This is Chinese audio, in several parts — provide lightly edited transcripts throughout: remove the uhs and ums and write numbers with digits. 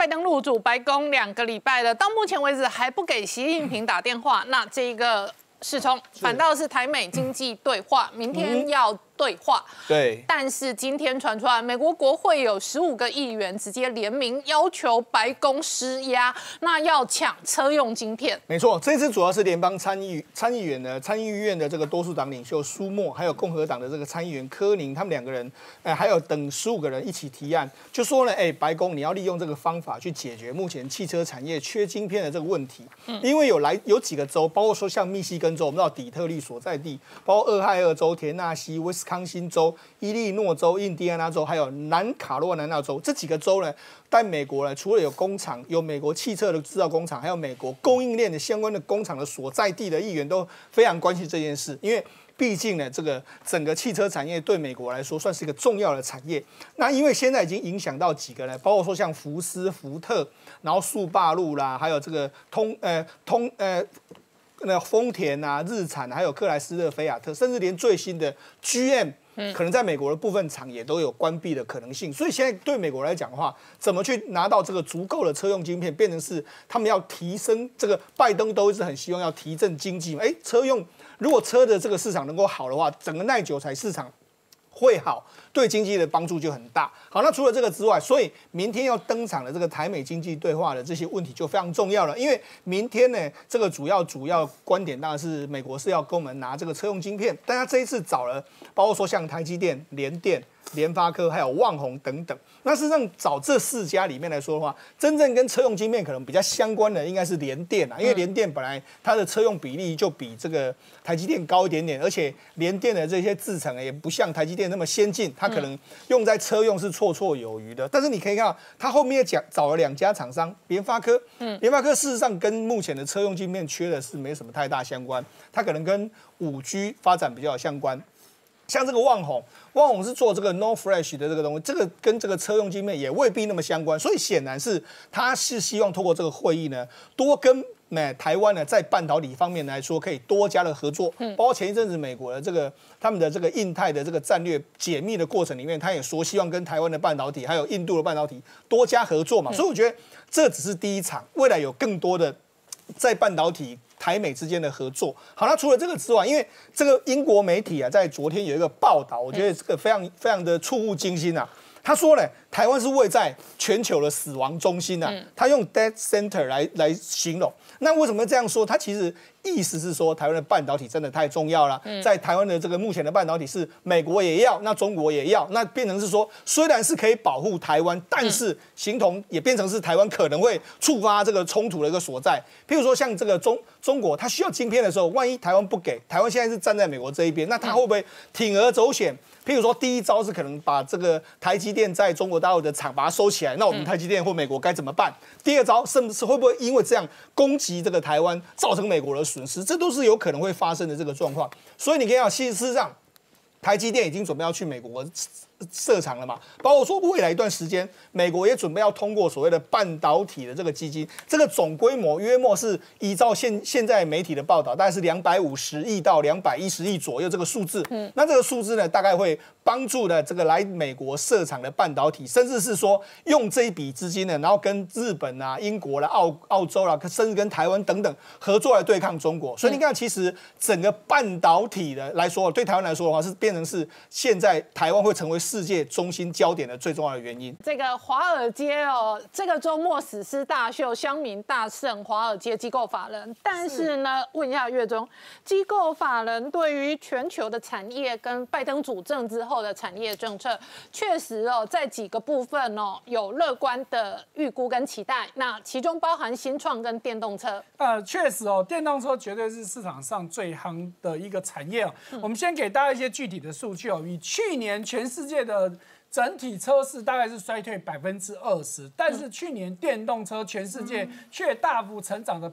拜登入主白宫2个礼拜了，到目前为止还不给习近平打电话。那这个世聪反倒是台美经济对话，明天要对话。 对， 但是今天传出来，美国国会有15个议员直接联名要求白宫施压，那要抢车用晶片。 没错，这次主要是联邦参议院的这个多数党领袖舒默，还有共和党的这个参议员柯宁，他们2个人，还有等15个人一起提案，就说呢，白宫你要利用这个方法去解决目前汽车产业缺晶片的这个问题。因为有几个州，包括说像密西根州，我们知道底特律所在地，包括俄亥俄州、田纳西、威斯康辛州、伊利诺州、印第安纳州，还有南卡罗来纳州，这几个州呢，在美国呢，除了有工厂，有美国汽车的制造工厂，还有美国供应链的相关的工厂的所在地的议员都非常关心这件事，因为毕竟呢，这个整个汽车产业对美国来说算是一个重要的产业。那因为现在已经影响到几个呢，包括说像福斯、福特，然后速霸陆啦，还有这个丰田啊、日产，还有克莱斯勒、菲亚特，甚至连最新的 GM。可能在美国的部分厂也都有关闭的可能性，所以现在对美国来讲的话，怎么去拿到这个足够的车用晶片，变成是他们要提升这个，拜登都是很希望要提振经济嘛。如果车的这个市场能够好的话，整个耐久材市场会好，对经济的帮助就很大。好，那除了这个之外，所以明天要登场的这个台美经济对话的这些问题就非常重要了。因为明天呢，这个主要观点当然是美国是要跟我们拿这个车用晶片，但他这一次找了，包括说像台积电、联电、联发科还有旺宏等等。那事实上找这4家里面来说的话，真正跟车用晶片可能比较相关的应该是联电啊，因为联电本来它的车用比例就比这个台积电高一点点，而且联电的这些制程也不像台积电那么先进，它可能用在车用是绰绰有余的。但是你可以看到，它后面也找了2家厂商，联发科，联发科事实上跟目前的车用晶片缺的是没什么太大相关，它可能跟5G 发展比较有相关。像这个旺宏是做这个 NOR Flash 的这个东西，这个跟这个车用晶片也未必那么相关，所以显然是他是希望透过这个会议呢，多跟台湾呢在半导体方面来说可以多加的合作，包括前一阵子美国的这个他们的这个印太的这个战略解密的过程里面，他也说希望跟台湾的半导体还有印度的半导体多加合作嘛，所以我觉得这只是第一场，未来有更多的在半导体台美之间的合作。好，那除了这个之外，因为这个英国媒体啊，在昨天有一个报道，我觉得这个非常的触目惊心啊。他说呢，台湾是位在全球的死亡中心啊，他用 dead center 来形容。那为什么这样说？他其实意思是说，台湾的半导体真的太重要了。在台湾的这个目前的半导体是美国也要，那中国也要，那变成是说，虽然是可以保护台湾，但是形同也变成是台湾可能会触发这个冲突的一个所在。譬如说，像这个中国，它需要晶片的时候，万一台湾不给，台湾现在是站在美国这一边，那它会不会铤而走险？譬如说，第一招是可能把这个台积电在中国大陆的厂把它收起来，那我们台积电或美国该怎么办？第二招甚至会不会因为这样攻击这个台湾，造成美国的损失？这都是有可能会发生的这个状况。所以你可以看到，事实上，台积电已经准备要去美国设厂了嘛，包括说未来一段时间，美国也准备要通过所谓的半导体的这个基金，这个总规模约莫是依照现在媒体的报道，大概是250亿到210亿左右这个数字。那这个数字呢，大概会帮助呢这个来美国设厂的半导体，甚至是说用这一笔资金呢，然后跟日本啊、英国啦、澳洲啦，甚至跟台湾等等合作来对抗中国。所以你看，其实整个半导体的来说，对台湾来说的话，是变成是现在台湾会成为世界中心焦点的最重要的原因。 这个华尔街哦，这个周末史诗大秀，乡民大胜华尔街机构法人。但是呢，问一下月中，机构法人对于全球的产业跟拜登主政之后的产业政策，确实哦，在几个部分哦有乐观的预估跟期待。那其中包含新创跟电动车。 确实哦，电动车绝对是市场上最夯的一个产业哦。我们先给大家一些具体的数据哦，以去年全世界的整体车市大概是衰退20%，但是去年电动车全世界却大幅成长了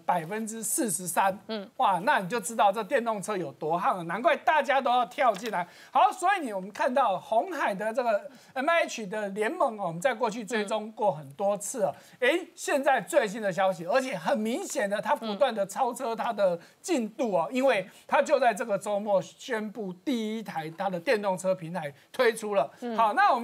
43%。哇，那你就知道这电动车有多夯了，难怪大家都要跳进来。好，所以我们看到鸿海的这个 MH 的联盟哦，我们在过去追踪过很多次了。现在最新的消息，而且很明显的，它不断的超车它的进度哦，因为它就在这个周末宣布第一台它的电动车平台推出了。好，那我们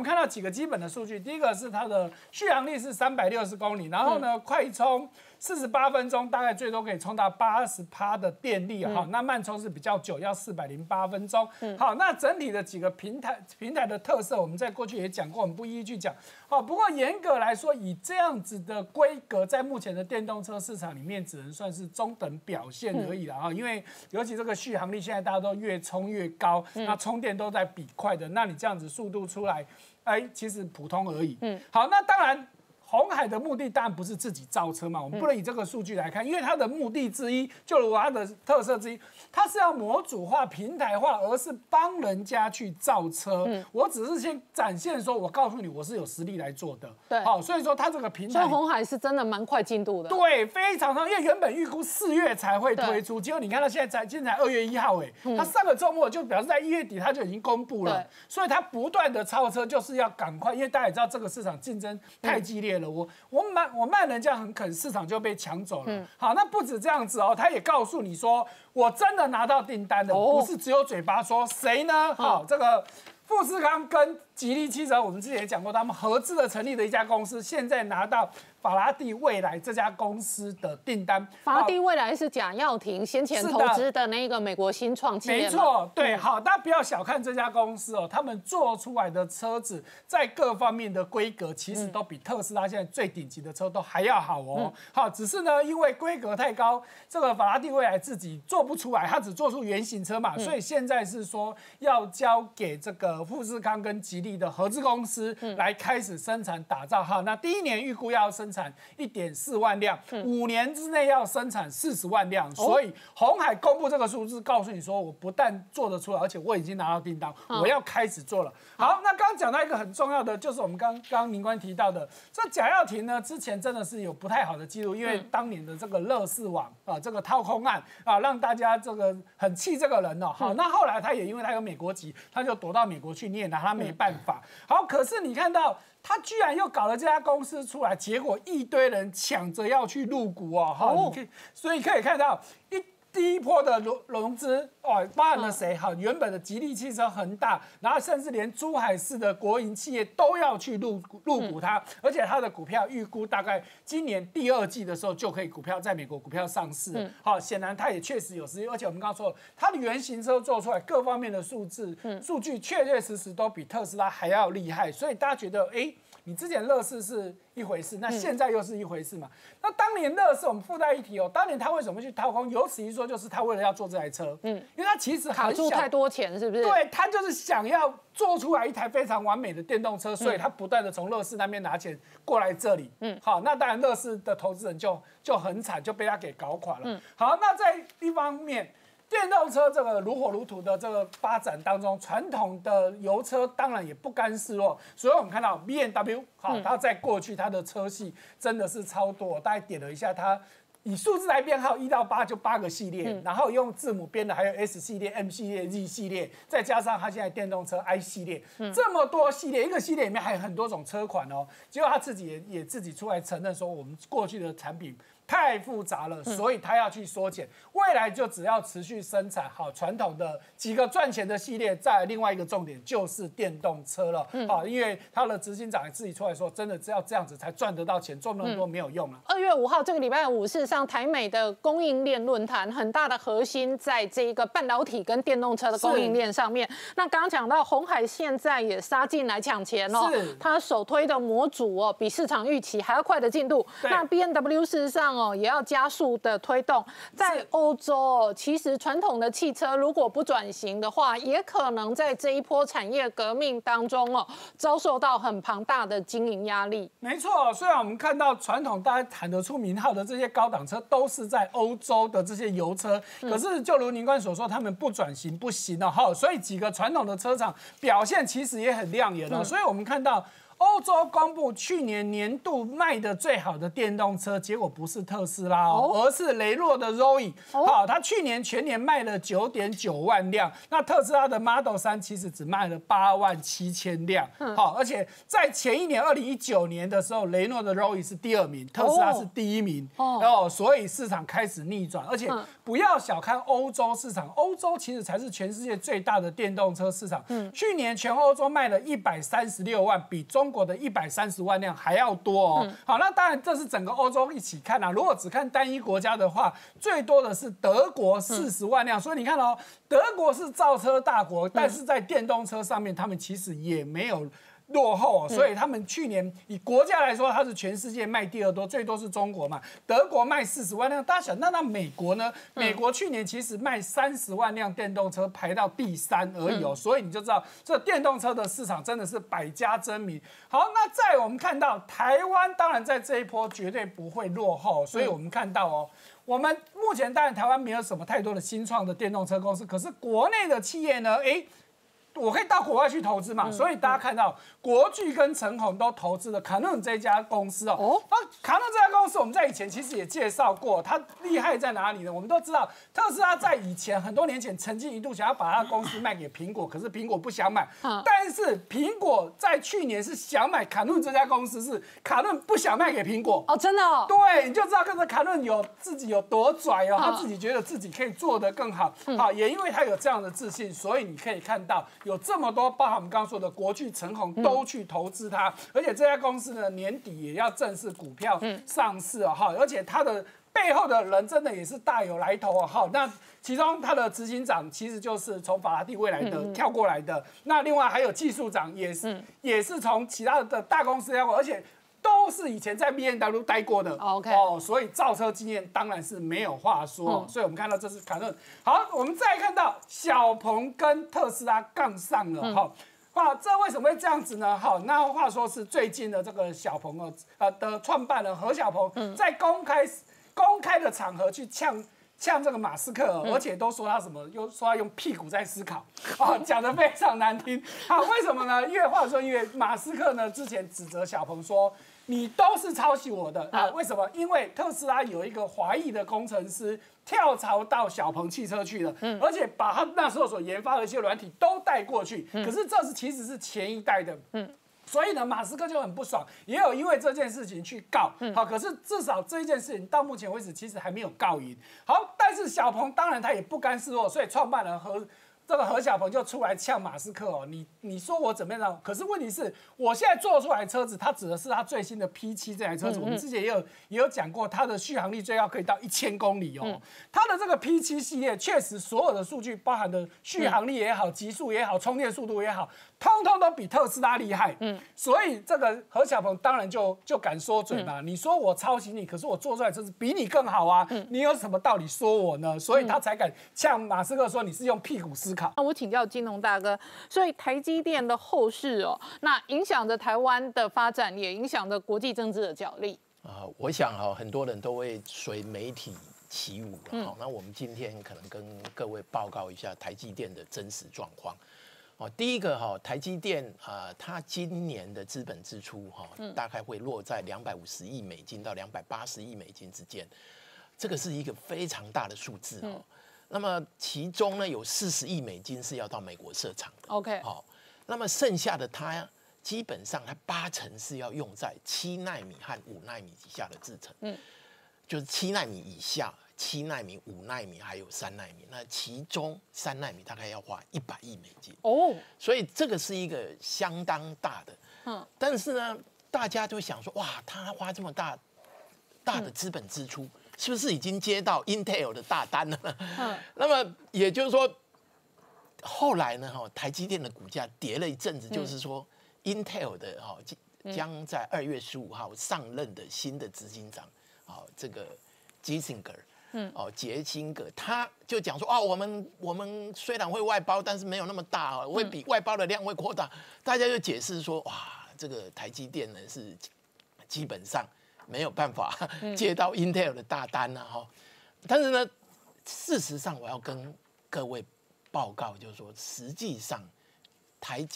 看到几个基本的数据，第一个是它的续航力是360公里，然后呢，快充48分钟，大概最多可以充到80%的电力哈。那慢充是比较久，要408分钟。好，那整体的几个平台的特色，我们在过去也讲过，我们不一一去讲。好，不过严格来说，以这样子的规格，在目前的电动车市场里面，只能算是中等表现而已了啊。因为尤其这个续航力，现在大家都越充越高，那充电都在比快的，那你这样子速度出来，其实普通而已。好，那当然。鸿海的目的当然不是自己造车嘛，我们不能以这个数据来看，因为它的目的之一，就如它的特色之一，它是要模组化、平台化，而是帮人家去造车。我只是先展现说，我告诉你，我是有实力来做的。 对， 好，所以说它这个平台， 所以鸿海是真的蛮快进度的。 对，非常因为原本预估4月才会推出，结果你看到现在才2月1号，它上个周末就表示在1月底它就已经公布了，所以它不断的超车，就是要赶快，因为大家也知道这个市场竞争太激烈。我卖人家很肯，市场就被抢走了。好，那不止这样子哦，他也告诉你说，我真的拿到订单了，不是只有嘴巴说。谁呢？好，这个富士康跟吉利汽车，我们之前也讲过，他们合资的成立的一家公司，现在拿到法拉第未来这家公司的订单。 法拉第未来是贾跃亭先前投资的那个美国新创企业， 没错，对，好，大家不要小看这家公司哦，他们做出来的车子在各方面的规格，其实都比特斯拉现在最顶级的车都还要好哦。好，只是呢，因为规格太高，这个法拉第未来自己做不出来，它只做出原型车嘛，所以现在是说要交给这个富士康跟吉利的合资公司来开始生产打造。好，那第1年预估要生产1.4万辆，5年之内要生产40万辆，所以鸿海公布这个数字，告诉你说，我不但做得出来，而且我已经拿到订单，我要开始做了。好，那刚刚讲到一个很重要的，就是我们刚刚明官提到的，这贾跃亭呢，之前真的是有不太好的记录，因为当年的这个乐视网这个掏空案让大家这个很气这个人哦。好，那后来他也因为他有美国籍，他就躲到美国去念了，他没办法。好，可是你看到。他居然又搞了这家公司出来，结果一堆人抢着要去入股哦，所以可以看到第一波的融资包含了谁？好，原本的吉利汽车、恒大，然后甚至连珠海市的国营企业都要去入股它，而且它的股票预估大概今年第2季的时候就可以在美国股票上市。好，显然它也确实有实力，而且我们刚刚说它的原型车做出来各方面的数据确实都比特斯拉还要厉害，所以大家觉得你之前乐视是一回事，那现在又是一回事嘛？那当年乐视我们附带一提当年他为什么去掏空？有此一说，就是他为了要做这台车，因为他其实卡住太多钱，是不是？ 对，他就是想要做出来一台非常完美的电动车，所以他不断的从乐视那边拿钱过来这里。好，那当然乐视的投资人就很惨，就被他给搞垮了。好，那在一方面。电动车这个如火如荼的这个发展当中，传统的油车当然也不甘示弱，所以我们看到 BMW 好，它在过去它的车系真的是超多，我大概点了一下它。以数字来编号，1到8就8个系列，然后用字母编的还有 S 系列、M 系列、Z 系列，再加上它现在电动车 I 系列，这么多系列，一个系列里面还有很多种车款哦。结果他自己也自己出来承认说，我们过去的产品太复杂了，所以他要去缩减，未来就只要持续生产好传统的几个赚钱的系列，再来另外一个重点就是电动车了。好，因为他的执行长也自己出来说，真的只要这样子才赚得到钱，做那么多没有用了。 2月5号这个礼拜5，事实上台美的供应链论坛很大的核心在这个半导体跟电动车的供应链上面。那刚刚讲到鸿海现在也杀进来抢钱哦，他首推的模组比市场预期还要快的进度。那 BMW 事实上也要加速的推动。在欧洲其实传统的汽车如果不转型的话，也可能在这一波产业革命当中遭受到很庞大的经营压力。 没错，虽然我们看到传统大家喊得出名号的这些高档车都是在欧洲的这些油车，可是就如宁官所说，他们不转型不行所以几个传统的车厂表现其实也很亮眼所以我们看到欧洲公布去年年度卖的最好的电动车，结果不是特斯拉而是雷诺的 Zoe。好，它去年全年卖了9.9万辆，那特斯拉的 Model 3其实只卖了87000辆。好，而且在前一年2019年的时候，雷诺的 Zoe 是第2名，特斯拉是第1名。所以市场开始逆转，而且不要小看欧洲市场，欧洲其实才是全世界最大的电动车市场。去年全欧洲卖了136万，比中国的130万辆还要多好，那当然这是整个欧洲一起看如果只看单一国家的话，最多的是德国40万辆。所以你看德国是造车大国，但是在电动车上面，他们其实也没有落后所以他们去年以国家来说，它是全世界卖第2多，最多是中国嘛。德国卖40万辆，大家想，那美国呢？美国去年其实卖30万辆电动车，排到第3而已所以你就知道这电动车的市场真的是百家争鸣。好，那再我们看到台湾，当然在这一波绝对不会落后，所以我们看到我们目前当然台湾没有什么太多的新创的电动车公司，可是国内的企业呢，我可以到国外去投资嘛，所以大家看到国巨跟陈鸿都投资了卡nun这家公司卡nun这家公司我们在以前其实也介绍过，它厉害在哪里呢？我们都知道特斯拉在以前很多年前曾经一度想要把它的公司卖给苹果，可是苹果不想买。但是苹果在去年是想买卡nun这家公司，是卡nun不想卖给苹果真的对，你就知道跟着卡nun自己有多拽他自己觉得自己可以做得更好。好，也因为他有这样的自信，所以你可以看到有这么多，包含我们刚刚说的国巨、陈鸿都去投资它，而且这家公司呢年底也要正式股票上市而且它的背后的人真的也是大有来头那其中它的执行长其实就是从法拉第未来的跳过来的，那另外还有技术长也是从其他的大公司跳过，而且都是以前在 BMW 待过的所以造车经验当然是没有话说所以我们看到这是卡nun。好，我们再看到小鹏跟特斯拉杠上了这为什么会这样子呢？好，那话说是最近的这个小鹏的创办人何小鹏在公开的场合去呛这个马斯克而且都说他什么，又说他用屁股在思考讲得非常难听。好，为什么呢？因为马斯克呢之前指责小鹏说你都是抄袭我的为什么？因为特斯拉有一个华裔的工程师跳槽到小鹏汽车去了而且把他那时候所研发的一些软体都带过去可是这其实是前一代的所以呢，马斯克就很不爽，也有因为这件事情去告好，可是至少这一件事情到目前为止其实还没有告赢。好，但是小鹏当然他也不甘示弱，所以创办人何小鹏就出来呛马斯克你说我怎么样？可是问题是，我现在做出来的车子，它指的是它最新的 P7 这台车子。我们之前也有讲过，它的续航力最高可以到1000公里它的这个 P7 系列确实所有的数据，包含的续航力也好、极速也好、充电速度也好，通通都比特斯拉厉害。所以这个何小鹏当然就敢说嘴嘛。你说我抄袭你，可是我做出来的车子比你更好你有什么道理说我呢？所以他才敢呛马斯克说你是用屁股思考。 那我请教金龙大哥，所以台积电的后市那影响着台湾的发展，也影响着国际政治的角力我想很多人都会随媒体起舞那我们今天可能跟各位报告一下台积电的真实状况。第一个台积电它今年的资本支出大概会落在250亿美金到280亿美金之间，这个是一个非常大的数字那么其中呢有40亿美金是要到美国设厂的 ，OK， 那么剩下的它基本上它80%是要用在7奈米和5奈米以下的制程，就是7奈米以下、7奈米、5奈米还有3奈米，那其中3奈米大概要花100亿美金所以这个是一个相当大的，但是呢，大家就想说，哇，他花这么大的资本支出。是不是已经接到 Intel 的大单了呢？那么也就是说，后来呢，台积电的股价跌了一阵子，就是说 Intel 的将在2月15号上任的新的执行长这个杰辛格，他就讲说我们虽然会外包，但是没有那么大会比外包的量会扩大。大家就解释说，哇，这个台积电呢是基本上。没有办法接到 Intel 的大单但是呢，事实上我要跟各位报告，就是说，实际上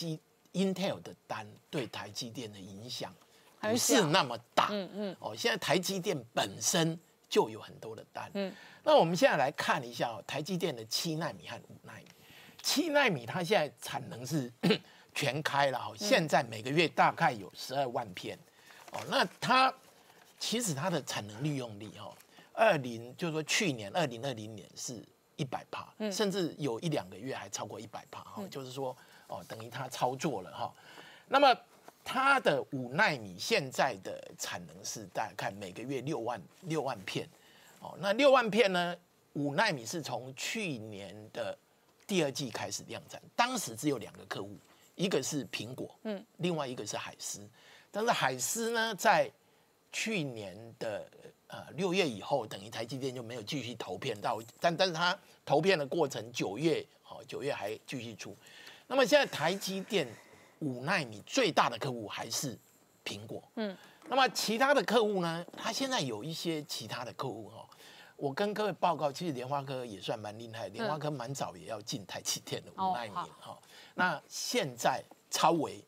Intel 的单对台积电的影响很不是小那么大。现在台积电本身就有很多的单。那我们现在来看一下台积电的7奈米和5奈米。7奈米它现在产能是全开了，现在每个月大概有12万片。那它其实它的产能利用率就是说去年2020年是100%，甚至有1-2个月还超过100%，就是说等于它操作了那么它的5奈米现在的产能是大概每个月6万片。那6万片呢，5奈米是从去年的第2季开始量产，当时只有2个客户，一个是苹果，另外一个是海思。但是海思呢，在去年的6月以后，等于台积电就没有继续投片到，但是它投片的过程9月还继续出。那么现在台积电5奈米最大的客户还是苹果，那么其他的客户呢，它现在有一些其他的客户我跟各位报告，其实联发科也算蛮厉害，联发科蛮早也要进台积电的5奈米那现在超微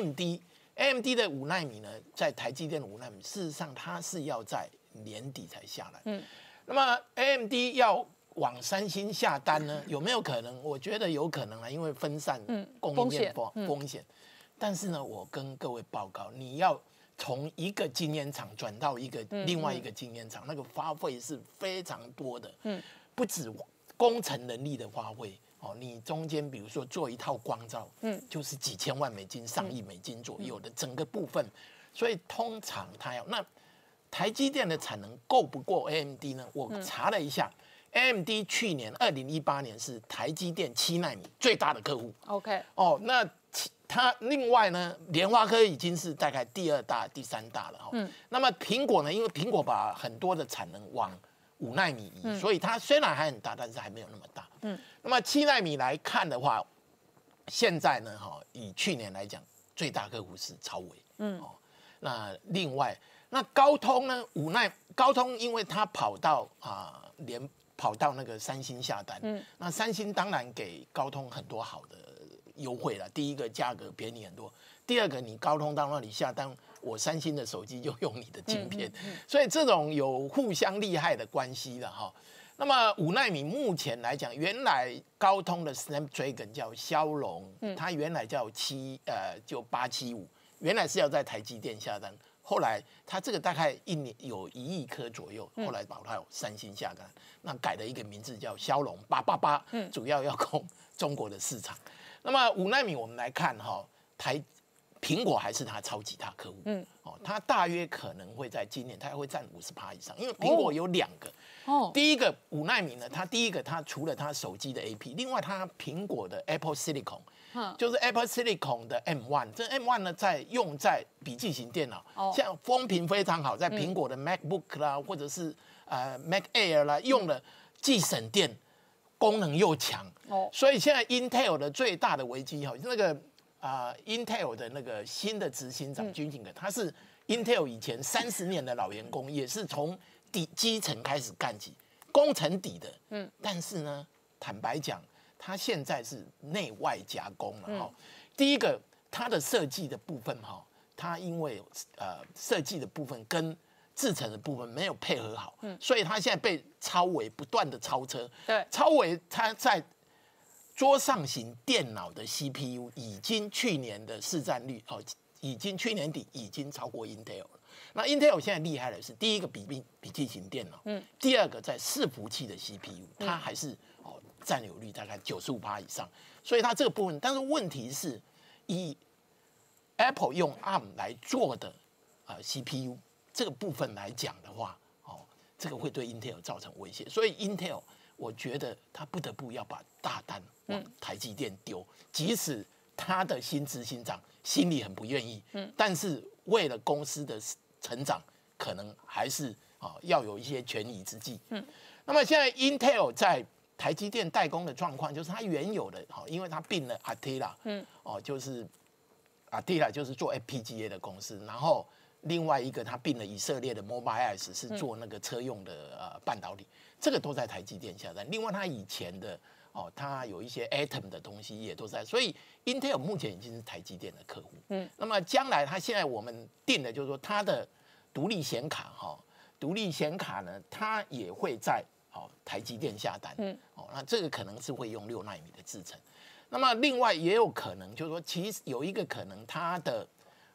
AMD 的5奈米呢，在台积电的5奈米，事实上它是要在年底才下来。那么 AMD 要往三星下单呢，有没有可能？我觉得有可能因为分散供应链风险。但是呢，我跟各位报告，你要从一个晶圆厂转到另外一个晶圆厂，那个花费是非常多的。不止工程能力的花费。你中间比如说做一套光罩，就是几千万美金、上亿美金左右的整个部分，所以通常它那台积电的产能够不过 AMD 呢？我查了一下，AMD 去年2018年是台积电7奈米最大的客户。 OK， 那它另外呢，联发科已经是大概第2大、第3大了那么苹果呢，因为苹果把很多的产能往5奈米移，所以它虽然还很大，但是还没有那么大。那么7奈米来看的话，现在呢，以去年来讲，最大客户是超微。那另外，那高通呢高通因为它跑到那个三星下单，那三星当然给高通很多好的优惠了。第一个价格便宜很多，第二个你高通到那里下单，我三星的手机就用你的晶片，所以这种有互相利害的关系了那么5奈米目前来讲，原来高通的 Snapdragon 叫骁龙，它原来叫就875，原来是要在台积电下单，后来它这个大概1年有1亿颗左右，后来把它有三星下单，那改了一个名字叫骁龙888，主要要攻中国的市场。那么5奈米我们来看苹果还是它超级大客户，它大约可能会在今年，它会占50%以上，因为苹果有2个。第一个5奈米呢，它除了它手机的 AP， 另外它苹果的 Apple Silicon，就是 Apple Silicon 的 M1， 这 M1 呢用在笔记型电脑，像风评非常好，在苹果的 MacBook 啦，或者是Mac Air 啦，用了既省电，功能又强。所以现在 Intel 的最大的危机那个Intel 的那个新的执行长军景的，他是 Intel 以前30年的老员工，也是从基层开始干起，工程底的。但是呢，坦白讲，他现在是内外夹攻了第一个，他的设计的部分他因为设计的部分跟制程的部分没有配合好，所以他现在被超微不断的超车。 对， 超微他在桌上型电脑的 CPU 已经去年的市占率已经去年底已经超过 Intel 了。那 Intel 现在厉害的是，第一个笔记型电脑，第二个在伺服器的 CPU，它还是占有率大概95%以上，所以它这个部分，但是问题是，以 Apple 用 ARM 来做的CPU 这个部分来讲的话，这个会对 Intel 造成威胁，所以 Intel 我觉得他不得不要把大单往台积电丢，即使他的新执行长心里很不愿意，但是为了公司的成长，可能还是要有一些权宜之计。那么现在 Intel 在台积电代工的状况，就是它原有的因为它并了 Altera，就是 Altera 就是做 FPGA 的公司，然后另外一个它并了以色列的 Mobileye 是做那个车用的半导体，这个都在台积电下单。另外它以前的它有一些 Atom 的东西也都在，所以 Intel 目前已经是台积电的客户。那么将来它现在我们定的就是说它的独立显卡独立显卡呢，它也会在台积电下单。那这个可能是会用6奈米的制程。那么另外也有可能就是说，其实有一个可能它的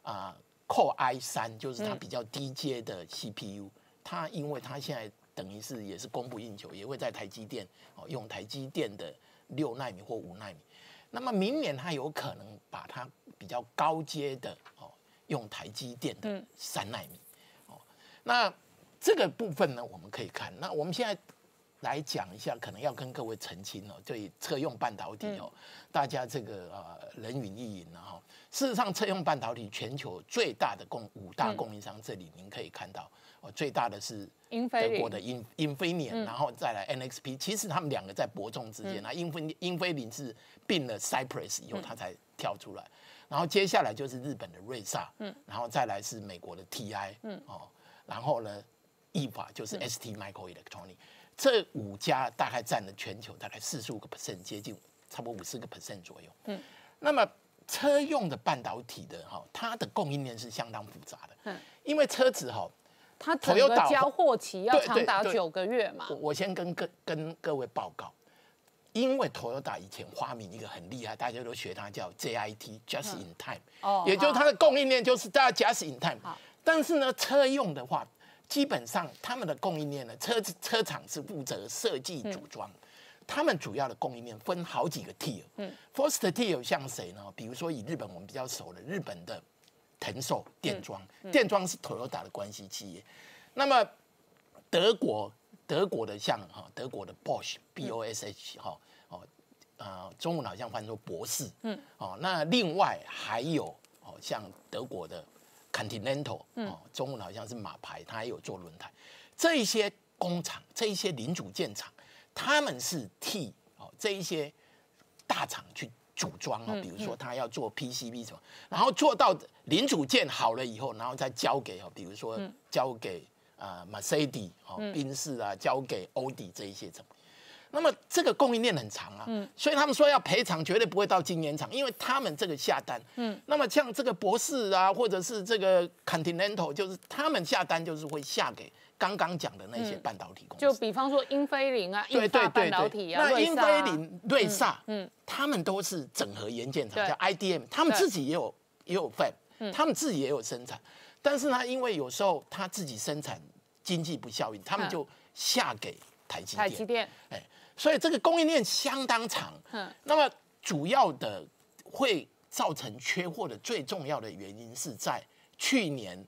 Core i3 就是它比较低阶的 CPU， 它因为它现在等于是也是供不应求，也会在台积电用台积电的6奈米或5奈米。那么明年它有可能把它比较高阶的用台积电的3奈米。那这个部分呢，我们可以看。那我们现在来讲一下，可能要跟各位澄清对车用半导体大家这个人云亦云事实上，车用半导体全球最大的5大供应商，这里您可以看到最大的是德国的Infineon，然后再来 NXP。其实他们2个在伯仲之间。那英飞凌是并了 Cypress 以后，它才跳出来。然后接下来就是日本的瑞萨，然后再来是美国的 TI，然后呢，意法就是 STMicroelectronics。这5家大概占了全球大概45%，接近差不多50%左右。那么车用的半导体的它的供应链是相当复杂的。因为车子它整个交货期要长达9个月嘛。 我先跟各位报告，因为 Toyota 以前发明一个很厉害，大家都学它叫 JIT，Just in Time，也就是它的供应链就是大家 Just in Time。但是呢，车用的话，基本上他们的供应链呢，车厂是负责设计组装，他们主要的供应链分好几个 tier。First tier 像谁呢？比如说以日本我们比较熟的日本的腾寿电装，电装是 Toyota 的关系企业。那么德国的像德国的 Bosch， 中文好像翻作博士。那另外还有像德国的Continental， 中文好像是马牌，它也有做轮胎。这一些工厂，这一些零组件厂，他们是替这一些大厂去组装比如说他要做 PCB 什么，然后做到零组件好了以后，然后再交给比如说交给Mercedes 宾士啊，交给欧迪这一些厂。那么这个供应链很长所以他们说要赔偿，绝对不会到晶圆厂，因为他们这个下单，那么像这个博士啊，或者是这个 Continental， 就是他们下单就是会下给刚刚讲的那些半导体公司， 就比方说英飞凌啊，英法半导体啊， 那英飞凌、瑞萨，他们都是整合元件厂，叫 IDM， 他们自己也有 Fab， 他们自己也有生产，但是呢，因为有时候他自己生产经济不效益，他们就下给台积电，所以这个供应链相当长。那么主要的会造成缺货的最重要的原因是在去年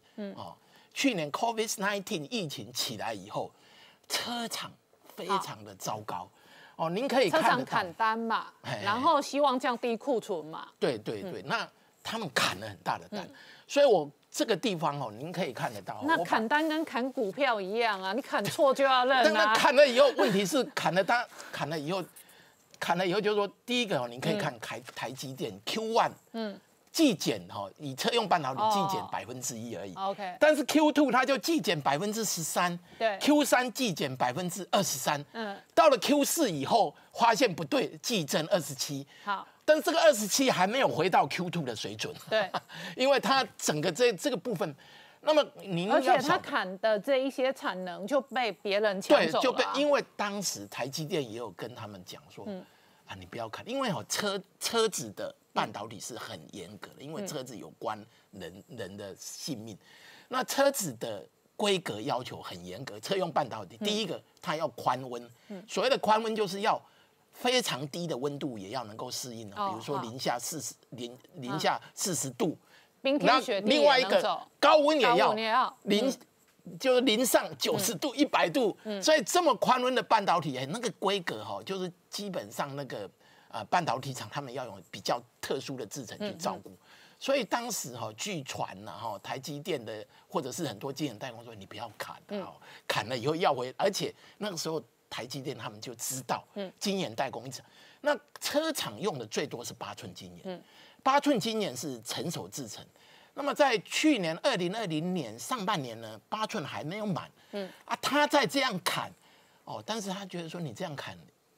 COVID-19 疫情起来以后，车厂非常的糟糕。您可以看得到， 车厂砍单嘛，然后希望降低库存嘛。 对，那他们砍了很大的单，所以我这个地方您可以看得到。 那砍单跟砍股票一样啊，你砍错就要认啊。 但砍了以后，问题是砍了以后就是说，第一个你可以看台积电 Q1，季减以车用半导体季减1%而已。 OK， 但是 Q2 它就季减13%， 对 ，Q3 季减23%，到了 Q4 以后发现不对，季增27%。 好。 但是这个27还没有回到 Q2 的水准， 对， 因为它整个这个部分，那么您要而且它砍的这一些产能就被别人抢走了， 就被因为当时台积电也有跟他们讲说，你不要砍，因为车子的半导体是很严格的，因为车子有关人的性命，那车子的规格要求很严格，车用半导体第一个它要宽温，所谓的宽温就是要非常低的温度也要能够适应比如说零下40度， 冰天雪地， 另外一个高温也要就是零上90度、100度，所以这么宽温的半导体，那个规格就是基本上那个半导体厂他们要用比较特殊的制程去照顾，所以当时据传台积电的或者是很多晶圆代工说你不要砍砍了以后要回，而且那个时候台积电他们就知道晶圆代工一直，那车厂用的最多是8寸晶圆，8寸晶圆是成熟制程。那么在去年2020年上半年呢，8寸还没有满，他再这样砍，但是他觉得说你这样砍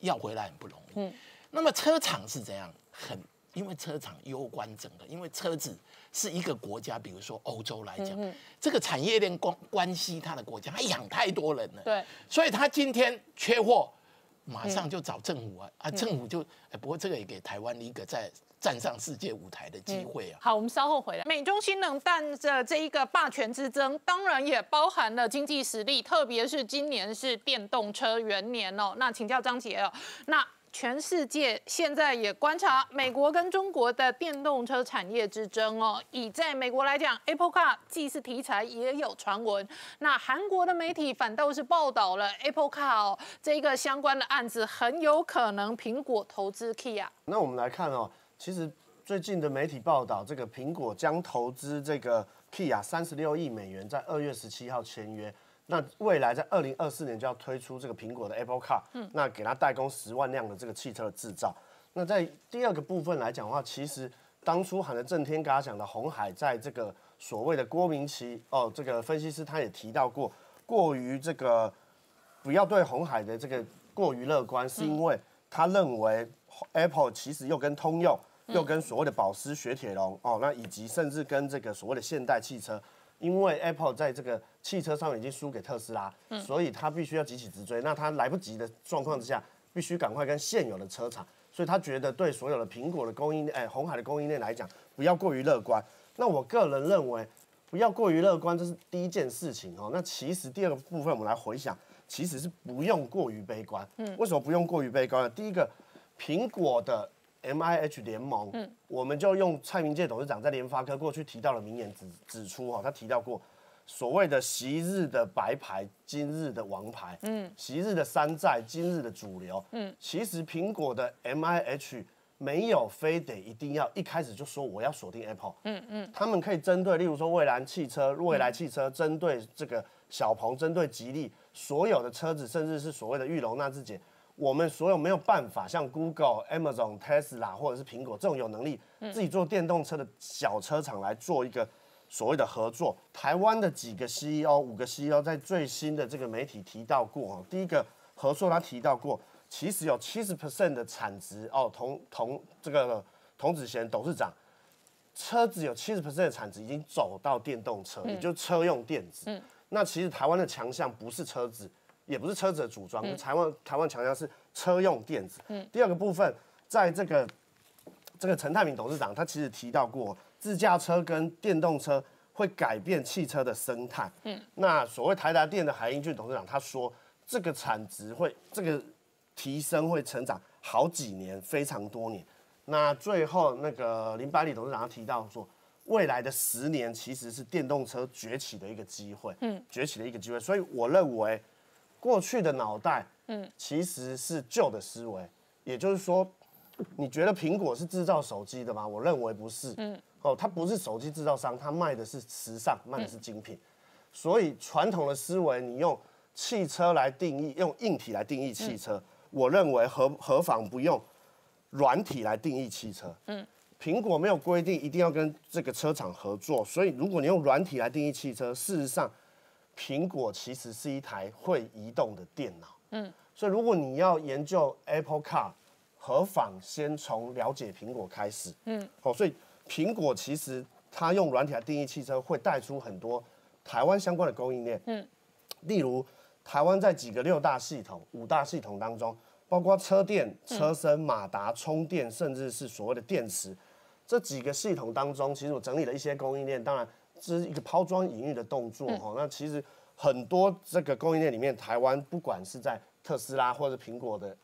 要回来很不容易。那么车厂是怎样？因为车厂攸关整个，因为车子是一个国家，比如说欧洲来讲，这个产业链关系它的国家，它养太多人了， 对， 所以它今天缺货，马上就找政府政府就，不过这个也给台湾一个在站上世界舞台的机会啊。 好，我们稍后回来。美中新冷战的这一个霸权之争，当然也包含了经济实力，特别是今年是电动车元年哦。那请教张杰哦，那全世界现在也观察美国跟中国的电动车产业之争哦。以在美国来讲 ，Apple Car 既是题材，也有传闻。那韩国的媒体反倒是报道了 Apple Car 哦这个相关的案子，很有可能苹果投资 Kia。 那我们来看哦，其实最近的媒体报道，这个苹果将投资这个 Kia 36亿美元，在2月17号签约。那未来在2024年就要推出这个苹果的 Apple Car，那给它代工10万辆的这个汽车的制造。那在第二个部分来讲的话，其实当初喊得震天嘎响的鸿海，在这个所谓的郭明骐这个分析师他也提到过，过于这个不要对鸿海的这个过于乐观，是因为他认为 Apple 其实又跟通用，又跟所谓的保时雪铁龙那以及甚至跟这个所谓的现代汽车。因为 Apple 在这个汽车上面已经输给特斯拉，所以他必须要急起直追。那他来不及的状况之下，必须赶快跟现有的车厂，所以他觉得对所有的苹果的供应链，鸿海的供应链来讲，不要过于乐观。那我个人认为，不要过于乐观，这是第一件事情哦。那其实第二个部分，我们来回想，其实是不用过于悲观。为什么不用过于悲观呢？第一个，苹果的MIH 联盟，我们就用蔡明介董事长在联发科过去提到的名言指出他提到过所谓的昔日的白牌，今日的王牌，昔日的山寨，今日的主流，其实苹果的 MIH 没有非得一定要一开始就说我要锁定 Apple，他们可以针对，例如说蔚来汽车针对这个小鹏，针对吉利，所有的车子，甚至是所谓的裕隆纳智捷。我们所有没有办法像 Google、Amazon、Tesla 或者是苹果这种有能力自己做电动车的小车厂来做一个所谓的合作。台湾的几个 CEO，5个 CEO 在最新的这个媒体提到过第一个合作他提到过，其实有70% 的产值这个童子贤董事长，车子有70% 的产值已经走到电动车，也就是车用电子。那其实台湾的强项不是车子。也不是车子的组装，台湾强调是车用电子。第二个部分，在这个陈泰明董事长他其实提到过，自驾车跟电动车会改变汽车的生态。那所谓台达电的海英俊董事长他说，这个产值这个提升会成长好几年，非常多年。那最后那个林百里董事长他提到说，未来的10年其实是电动车崛起的一个机会，所以我认为。过去的脑袋，其实是旧的思维，也就是说，你觉得苹果是制造手机的吗？我认为不是，它不是手机制造商，它卖的是时尚，卖的是精品，所以传统的思维，你用汽车来定义，用硬体来定义汽车，我认为何妨不用软体来定义汽车？苹果没有规定一定要跟这个车厂合作，所以如果你用软体来定义汽车，事实上。苹果其实是一台会移动的电脑，所以如果你要研究 Apple Car， 何妨先从了解苹果开始，所以苹果其实它用软体来定义汽车，会带出很多台湾相关的供应链，例如台湾在几个5大系统当中，包括车电、车身、马达、充电，甚至是所谓的电池，这几个系统当中，其实我整理了一些供应链，当然。这是一个抛砖引玉的动作那其实很多这个供应链里面，台湾不管是在特斯拉或者苹果的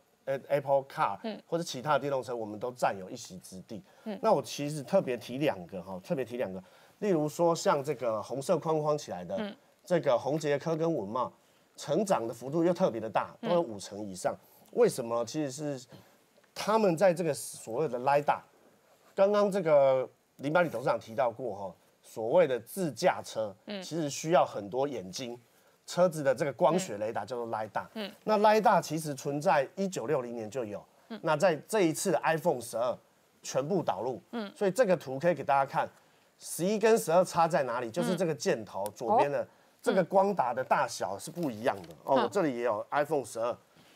Apple Car，或者其他的电动车，我们都占有一席之地。那我其实特别提两个，例如说像这个红色框框起来的这个宏捷科跟文茂，成长的幅度又特别的大，都有50%以上。为什么？其实是他们在这个所谓的 LiDAR， 刚刚这个林百里董事长提到过所谓的自驾车，其实需要很多眼睛，车子的这个光学雷达叫做 LiDAR。那 LiDAR 其实存在1960年就有，那在这一次的 iPhone 12全部导入。所以这个图可以给大家看，11跟12差在哪里？就是这个箭头左边的这个光达的大小是不一样的。我这里也有 iPhone 12，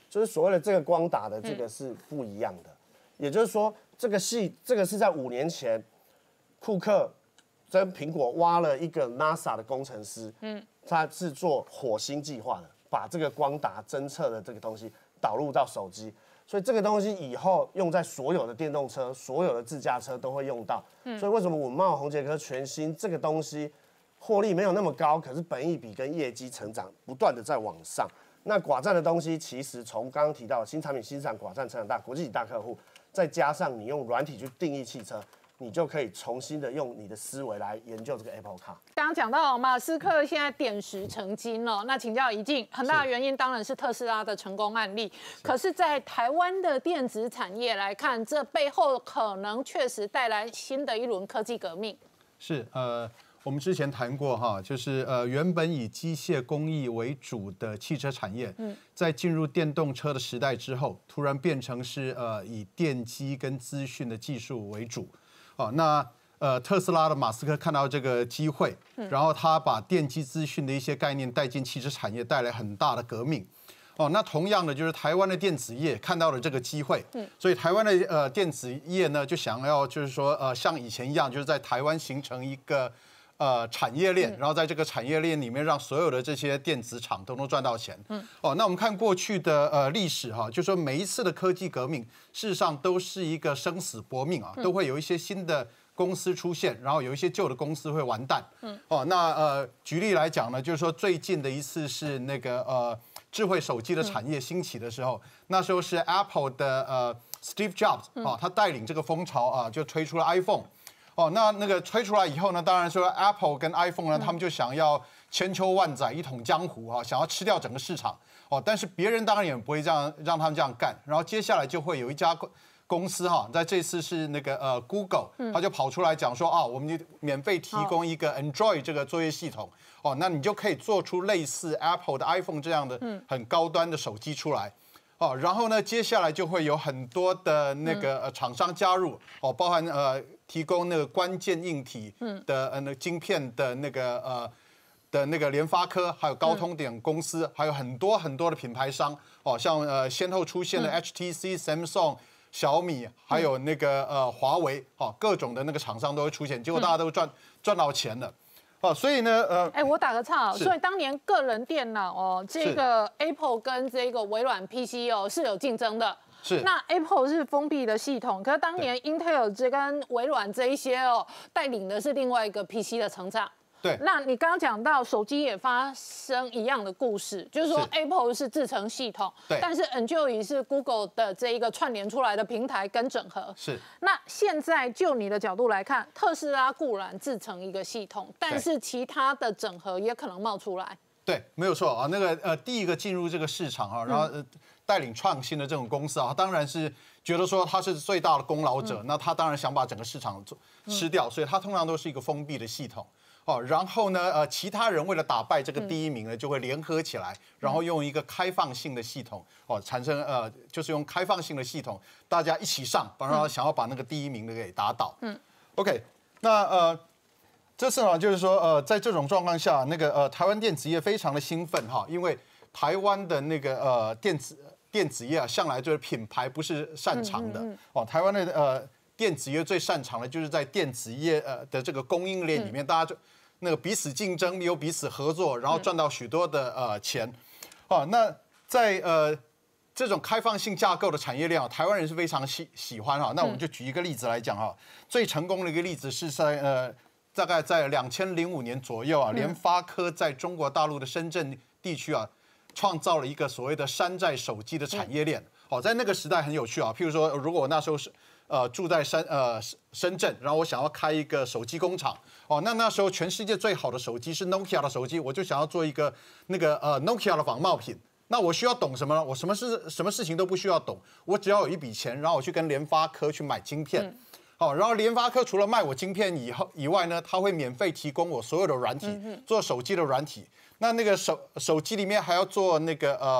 就是所谓的这个光达的这个是不一样的，也就是说这个是在5年前，库克跟苹果挖了一个 NASA 的工程师，他是做火星计划的，把这个光达侦测的这个东西导入到手机，所以这个东西以后用在所有的电动车、所有的自驾车都会用到。所以为什么我们宏捷科全新这个东西获利没有那么高，可是本益比跟业绩成长不断的在往上。那寡占的东西，其实从刚刚提到的新产品新市场寡占成长大，国际级大客户，再加上你用软体去定义汽车，你就可以重新的用你的思维来研究这个 Apple Car。 刚刚讲到马斯克现在点石成金了，那请教宜敬，很大的原因当然是特斯拉的成功案例。可是，在台湾的电子产业来看，这背后可能确实带来新的一轮科技革命。 是我们之前谈过哈，就是原本以机械工艺为主的汽车产业，在进入电动车的时代之后，突然变成是以电机跟资讯的技术为主。那特斯拉的马斯克看到这个机会，然后他把电机资讯的一些概念带进汽车产业，带来很大的革命。那同样的就是台湾的电子业看到了这个机会，所以台湾的电子业呢就想要就是说像以前一样，就是在台湾形成一个产业链，然后在这个产业链里面让所有的这些电子厂都能赚到钱。那我们看过去的历史哈，就说每一次的科技革命，事实上都是一个生死搏命啊，都会有一些新的公司出现，然后有一些旧的公司会完蛋。那举例来讲呢，就是说最近的一次是那个智慧手机的产业兴起的时候，那时候是 Apple 的Steve Jobs 他带领这个风潮就推出了 iPhone。那个推出来以后呢，当然说 Apple 跟 iPhone 呢，他们就想要千秋万载一统江湖想要吃掉整个市场但是别人当然也不会这样让他们这样干。然后接下来就会有一家公司在这次是那个Google，他就跑出来讲说我们就免费提供一个 Android 这个作业系统那你就可以做出类似 Apple 的 iPhone 这样的很高端的手机出来。然后呢，接下来就会有很多的那个厂商加入包含提供那个关键硬体的那晶片的那个联发科，还有高通等公司，还有很多很多的品牌商像先后出现的 HTC、Samsung、小米，还有那个华为各种的那个厂商都会出现，结果大家都赚到钱了。所以呢， 我打个岔，所以当年个人电脑这个 Apple 跟这个微软 PC 是有竞争的。 是。 那 Apple 是封闭的系统，可是当年 Intel 这跟微软这一些带领的是另外一个 PC 的成长。 对。 那你刚刚讲到手机也发生一样的故事，就是说 Apple 是制成系统， 对， 但是 Android 是 Google 的这一个串联出来的平台跟整合。 是。 那现在就你的角度来看，特斯拉固然制成一个系统，但是其他的整合也可能冒出来。 对，没有错那个第一个进入这个市场然后带领创新的这种公司当然是觉得说他是最大的功劳者，那他当然想把整个市场吃掉，所以他通常都是一个封闭的系统。然后呢，其他人为了打败这个第一名呢，就会联合起来，然后用一个开放性的系统，产生就是用开放性的系统，大家一起上，然后想要把那个第一名的给打倒。OK， 那这次呢，就是说在这种状况下，那个台湾电子业非常的兴奋因为台湾的那个电子业向来就是品牌不是擅长的台湾的电子业最擅长的就是在电子业的这个供应链里面，大家就那个彼此竞争，有彼此合作，然后赚到许多的钱。那在这种开放性架构的产业链台湾人是非常喜欢那我们就举一个例子来讲最成功的一个例子是在大概在2005年左右联发科在中国大陆的深圳地区创造了一个所谓的山寨手机的产业链。在那个时代很有趣譬如说，如果我那时候是住在深圳，然后我想要开一个手机工厂那时候全世界最好的手机是 Nokia 的手机，我就想要做一个那个Nokia 的仿冒品。那我需要懂什么呢？我什么事情都不需要懂，我只要有一笔钱，然后我去跟联发科去买晶片。然后联发科除了卖我晶片以外呢，它会免费提供我所有的软体，做手机的软体。那个手机里面还要做那个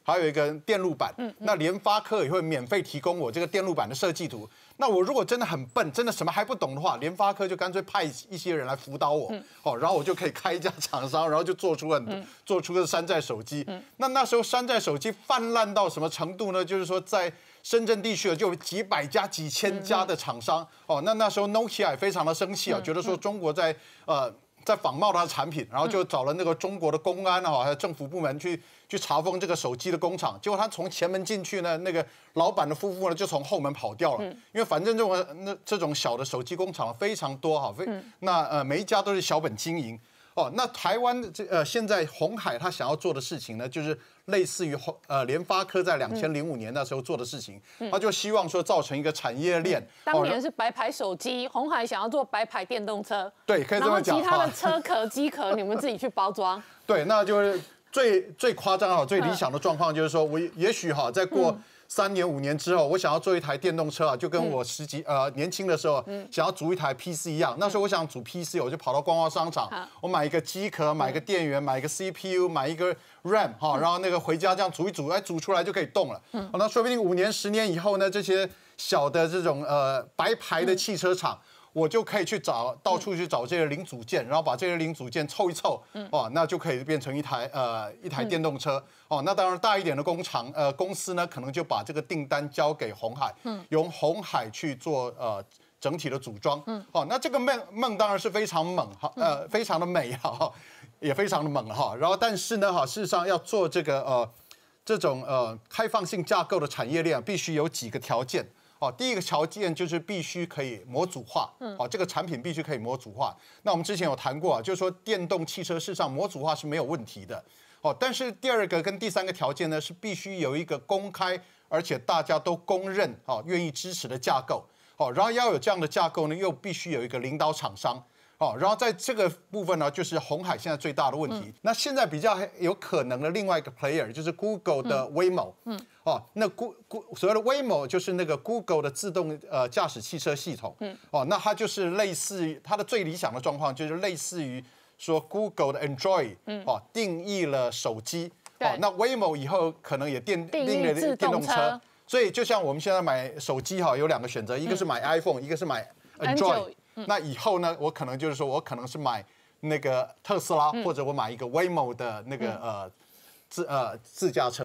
还有一个电路板。那联发科也会免费提供我这个电路板的设计图。那我如果真的很笨，真的什么还不懂的话，联发科就干脆派一些人来辅导我，然后我就可以开一家厂商，然后就做出个山寨手机。那时候山寨手机泛滥到什么程度呢？就是说在深圳地区就有几百家、几千家的厂商。那时候 Nokia 也非常的生气觉得说中国在仿冒它的产品，然后就找了那个中国的公安还有政府部门去查封这个手机的工厂。结果他从前门进去呢，那个老板的夫妇呢就从后门跑掉了。因为反正这种小的手机工厂非常多每一家都是小本经营。那台湾现在鸿海他想要做的事情呢，就是类似于联发科在2005年那时候做的事情，他就希望说造成一个产业链。 当年是白牌手机，鸿海想要做白牌电动车， 对，可以这么讲。 然后其他的车壳、机壳你们自己去包装。 对，那就是最夸张最理想的状况就是说，我也许再过3年5年之后，我想要做一台电动车就跟我年轻的时候想要组一台 PC 一样。那时候我想组 PC， 我就跑到光华商场，我买一个机壳，买一个电源，买一个 CPU， 买一个 RAM 然后那个回家这样组一组，组出来就可以动了。那说不定5年10年以后呢，这些小的这种白牌的汽车厂。我就可以到处去找这些零组件，然后把这些零组件凑一凑，那就可以变成一台电动车。那当然大一点的公司呢，可能就把这个订单交给鸿海，由鸿海去做整体的组装。那这个梦当然是非常猛非常的美也非常的猛然后但是呢事实上要做这个这种开放性架构的产业链，必须有几个条件。第一个条件就是必须可以模组化，这个产品必须可以模组化。那我们之前有谈过就是说电动汽车事实上模组化是没有问题的，但是第二个跟第三个条件呢是必须有一个公开而且大家都公认愿意支持的架构，然后要有这样的架构呢，又必须有一个领导厂商。然后在这个部分呢，就是鸿海现在最大的问题。那现在比较有可能的另外一个 player 就是 Google 的 Waymo。那所谓的 Waymo 就是那个 Google 的自动驾驶汽车系统。那它就是类似于它的最理想的状况，就是类似于说 Google 的 Android 定义了手机。那 Waymo 以后可能也定义了电动车。所以就像我们现在买手机有2个选择，一个是买 iPhone，一个是买 Android。那以后呢，我可能就是说我可能是买那个特斯拉，或者我买一个 Waymo 的那个自驾车。